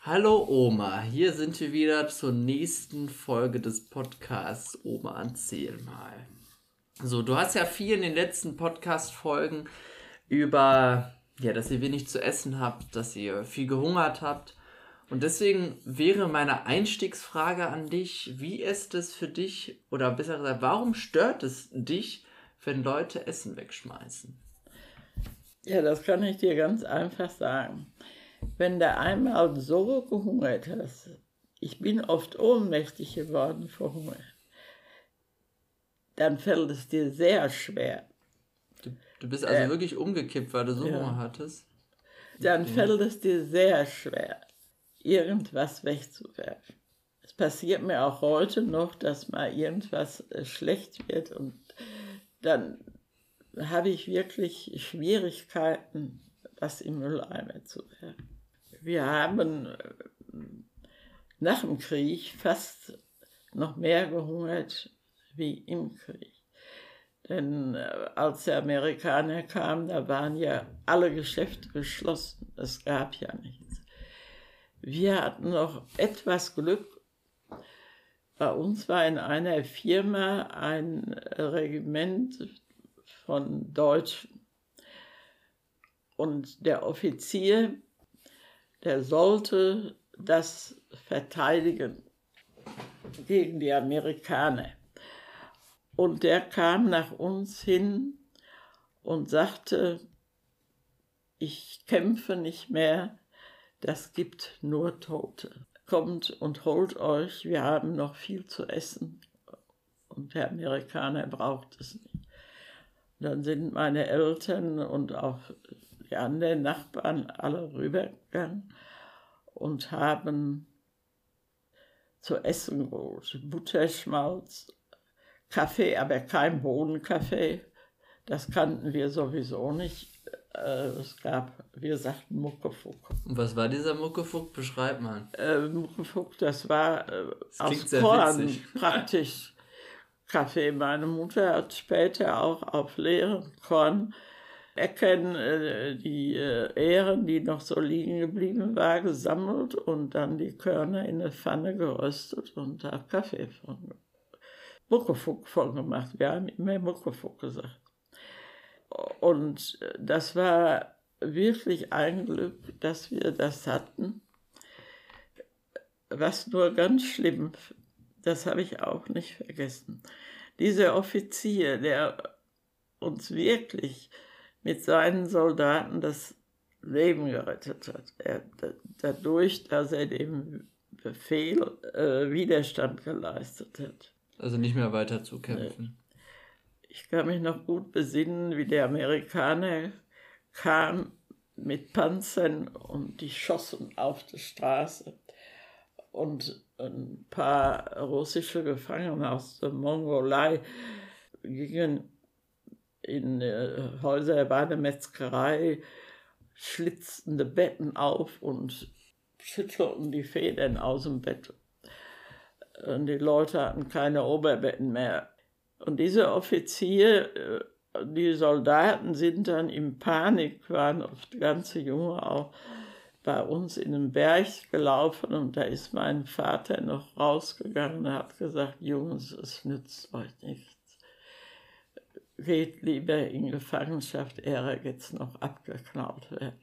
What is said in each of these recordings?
Hallo Oma, hier sind wir wieder zur nächsten Folge des Podcasts Oma, erzähl mal. So, du hast ja viel in den letzten Podcast-Folgen über, dass ihr wenig zu essen habt, dass ihr viel gehungert habt. Und deswegen wäre meine Einstiegsfrage an dich, wie ist es für dich, oder besser gesagt, warum stört es dich, wenn Leute Essen wegschmeißen? Ja, das kann ich dir ganz einfach sagen. Wenn du einmal so gehungert hast, ich bin oft ohnmächtig geworden vor Hunger, dann fällt es dir sehr schwer. Du bist also wirklich umgekippt, weil du so Hunger hattest? Dann fällt es dir sehr schwer, irgendwas wegzuwerfen. Es passiert mir auch heute noch, dass mal irgendwas schlecht wird und dann habe ich wirklich Schwierigkeiten, das im Mülleimer zu werfen. Wir haben nach dem Krieg fast noch mehr gehungert wie im Krieg. Denn als die Amerikaner kamen, da waren ja alle Geschäfte geschlossen. Es gab ja nichts. Wir hatten noch etwas Glück. Bei uns war in einer Firma ein Regiment von Deutschen. Und der Offizier, der sollte das verteidigen gegen die Amerikaner. Und der kam nach uns hin und sagte, ich kämpfe nicht mehr, das gibt nur Tote. Kommt und holt euch, wir haben noch viel zu essen. Und der Amerikaner braucht es nicht. Und dann sind meine Eltern und auch die anderen Nachbarn alle rübergegangen und haben zu essen geholt. Butterschmalz, Kaffee, aber kein Bohnenkaffee. Das kannten wir sowieso nicht. Wir sagten Muckefuck. Und was war dieser Muckefuck? Beschreib mal. Muckefuck, das war das aus Korn praktisch Kaffee. Meine Mutter hat später auch auf leeren Korn die Ähren, die noch so liegen geblieben war, gesammelt und dann die Körner in eine Pfanne geröstet und da Kaffee von Muckefuck von gemacht. Wir haben immer Muckefuck gesagt. Und das war wirklich ein Glück, dass wir das hatten. Was nur ganz schlimm, das habe ich auch nicht vergessen. Dieser Offizier, der uns wirklich mit seinen Soldaten das Leben gerettet hat. Dadurch, dass er dem Befehl Widerstand geleistet hat. Also nicht mehr weiter zu kämpfen. Ich kann mich noch gut besinnen, wie der Amerikaner kam mit Panzern und die schossen auf die Straße. Und ein paar russische Gefangene aus der Mongolei gingen in Häuser, war eine Metzgerei, schlitzten die Betten auf und schüttelten die Federn aus dem Bett. Und die Leute hatten keine Oberbetten mehr. Und dieser Offizier, die Soldaten sind dann in Panik, waren oft ganze Junge auch bei uns in den Berg gelaufen und da ist mein Vater noch rausgegangen und hat gesagt, Jungs, es nützt euch nichts. Geht lieber in Gefangenschaft, er jetzt noch abgeknallt werden.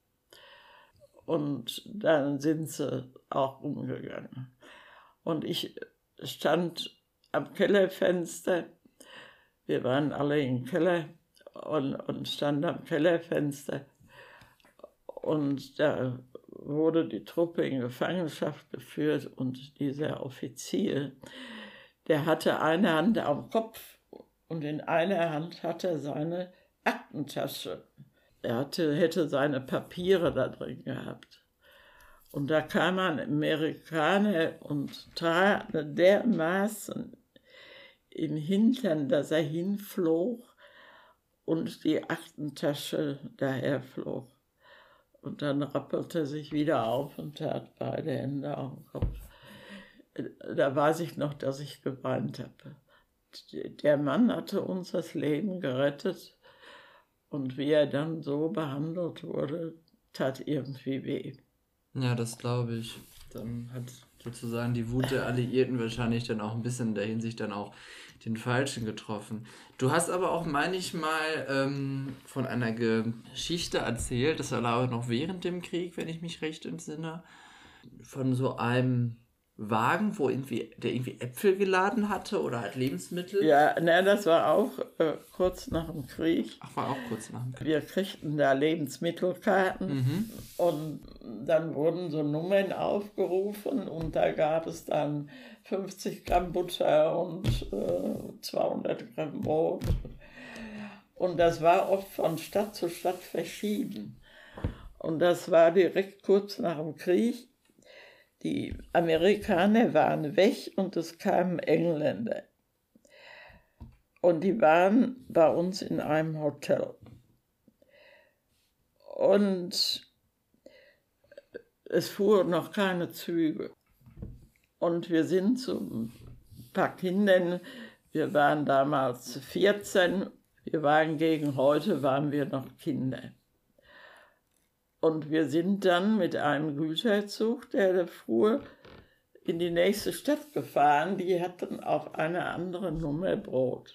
Und dann sind sie auch umgegangen. Und ich stand am Kellerfenster, wir waren alle im Keller und standen am Kellerfenster und da wurde die Truppe in Gefangenschaft geführt und dieser Offizier, der hatte eine Hand am Kopf und in einer Hand hatte er seine Aktentasche. Er hätte seine Papiere da drin gehabt. Und da kam ein Amerikaner und trat dermaßen im Hintern, dass er hinflog und die Aktentasche daher flog. Und dann rappelte er sich wieder auf und tat beide Hände auf den Kopf. Da weiß ich noch, dass ich geweint habe. Der Mann hatte uns das Leben gerettet und wie er dann so behandelt wurde, tat irgendwie weh. Ja, das glaube ich. Dann hat sozusagen die Wut der Alliierten wahrscheinlich dann auch ein bisschen in der Hinsicht dann auch den Falschen getroffen. Du hast aber auch, meine ich mal, von einer Geschichte erzählt, das war aber noch während dem Krieg, wenn ich mich recht entsinne, von so einem Wagen, der irgendwie Äpfel geladen hatte oder halt Lebensmittel. Ja, ne, das war auch kurz nach dem Krieg. Ach, war auch kurz nach dem Krieg. Wir kriegten da Lebensmittelkarten und dann wurden so Nummern aufgerufen und da gab es dann 50 Gramm Butter und 200 Gramm Brot. Und das war oft von Stadt zu Stadt verschieden. Und das war direkt kurz nach dem Krieg. Die Amerikaner waren weg und es kamen Engländer. Und die waren bei uns in einem Hotel. Und es fuhren noch keine Züge. Und wir sind zu ein paar Kindern, wir waren damals 14, wir waren gegen heute, waren wir noch Kinder. Und wir sind dann mit einem Güterzug, der fuhr, in die nächste Stadt gefahren. Die hatten auf eine andere Nummer Brot.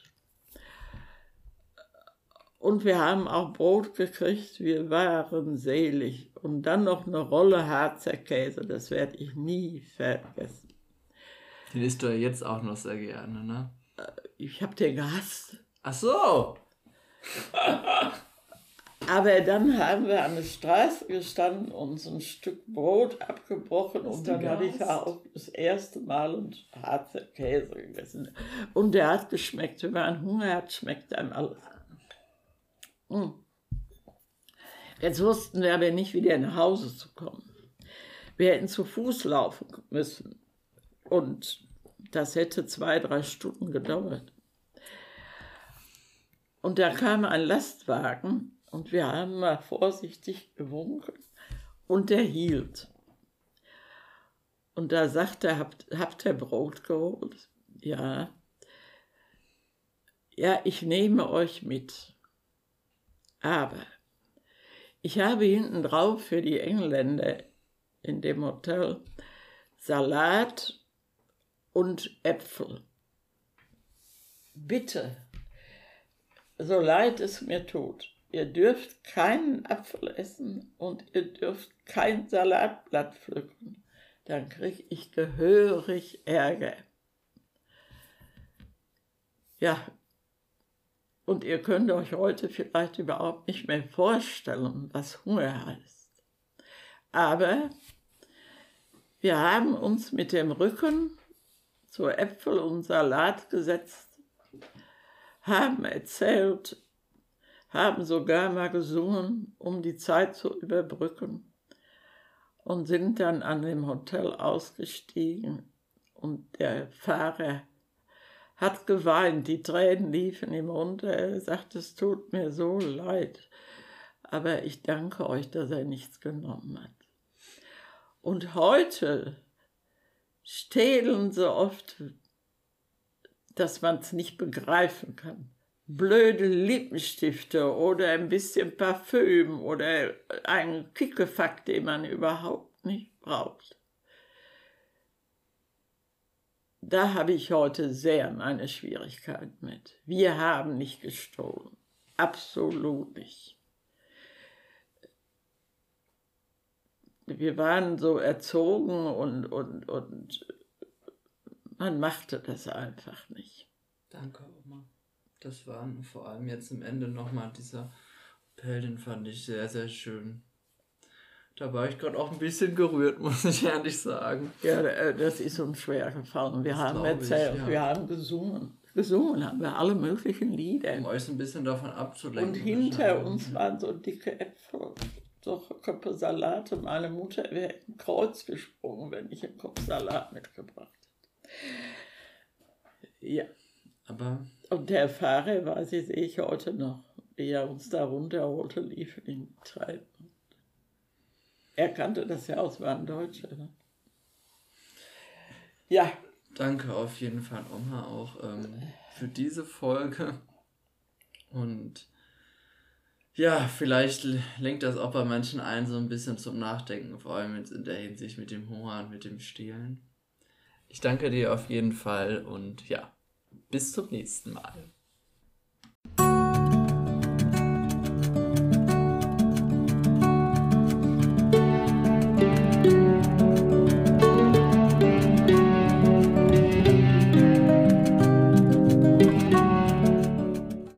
Und wir haben auch Brot gekriegt, wir waren selig. Und dann noch eine Rolle Harzer Käse, das werde ich nie vergessen. Den isst du ja jetzt auch noch sehr gerne, ne? Ich habe den gehasst. Ach so! Aber dann haben wir an der Straße gestanden, uns ein Stück Brot abgebrochen und dann hatte ich auch das erste Mal einen Harzer Käse gegessen. Und der hat geschmeckt. Wenn man Hunger hat, schmeckt einem alles. Jetzt wussten wir aber nicht, wieder nach Hause zu kommen. Wir hätten zu Fuß laufen müssen. Und das hätte 2-3 Stunden gedauert. Und da kam ein Lastwagen. Und wir haben mal vorsichtig gewunken und der hielt. Und da sagte er, habt ihr Brot geholt? Ja. Ja, ich nehme euch mit. Aber ich habe hinten drauf für die Engländer in dem Hotel Salat und Äpfel. Bitte, so leid es mir tut. Ihr dürft keinen Apfel essen und ihr dürft kein Salatblatt pflücken. Dann kriege ich gehörig Ärger. Ja, und ihr könnt euch heute vielleicht überhaupt nicht mehr vorstellen, was Hunger heißt. Aber wir haben uns mit dem Rücken zu Äpfel und Salat gesetzt, haben erzählt, haben sogar mal gesungen, um die Zeit zu überbrücken und sind dann an dem Hotel ausgestiegen und der Fahrer hat geweint, die Tränen liefen ihm runter, er sagte, es tut mir so leid, aber ich danke euch, dass er nichts genommen hat. Und heute stehlen so oft, dass man es nicht begreifen kann. Blöde Lippenstifte oder ein bisschen Parfüm oder einen Kickefack, den man überhaupt nicht braucht. Da habe ich heute sehr meine Schwierigkeiten mit. Wir haben nicht gestohlen. Absolut nicht. Wir waren so erzogen und man machte das einfach nicht. Danke, Oma. Das waren vor allem jetzt am Ende nochmal dieser Appell, den fand ich sehr, sehr schön. Da war ich gerade auch ein bisschen gerührt, muss ich ehrlich sagen. Ja, das ist uns schwer gefallen. Wir haben erzählt, wir haben gesungen. Gesungen haben wir alle möglichen Lieder. Um euch ein bisschen davon abzulenken. Und hinter uns waren so dicke Äpfel, so Köpfe Salate. Meine Mutter wäre im Kreuz gesprungen, wenn ich einen Kopf Salat mitgebracht hätte. Ja. Aber und der Fahrer, weiß ich, sehe ich heute noch, wie er uns da runterholte, liefen in die Tränen. Er kannte das ja aus, war ein Deutscher. Ne? Ja. Danke auf jeden Fall, Oma, auch für diese Folge. Und ja, vielleicht lenkt das auch bei manchen ein so ein bisschen zum Nachdenken, vor allem jetzt in der Hinsicht mit dem Hunger und mit dem Stehlen. Ich danke dir auf jeden Fall und ja, bis zum nächsten Mal.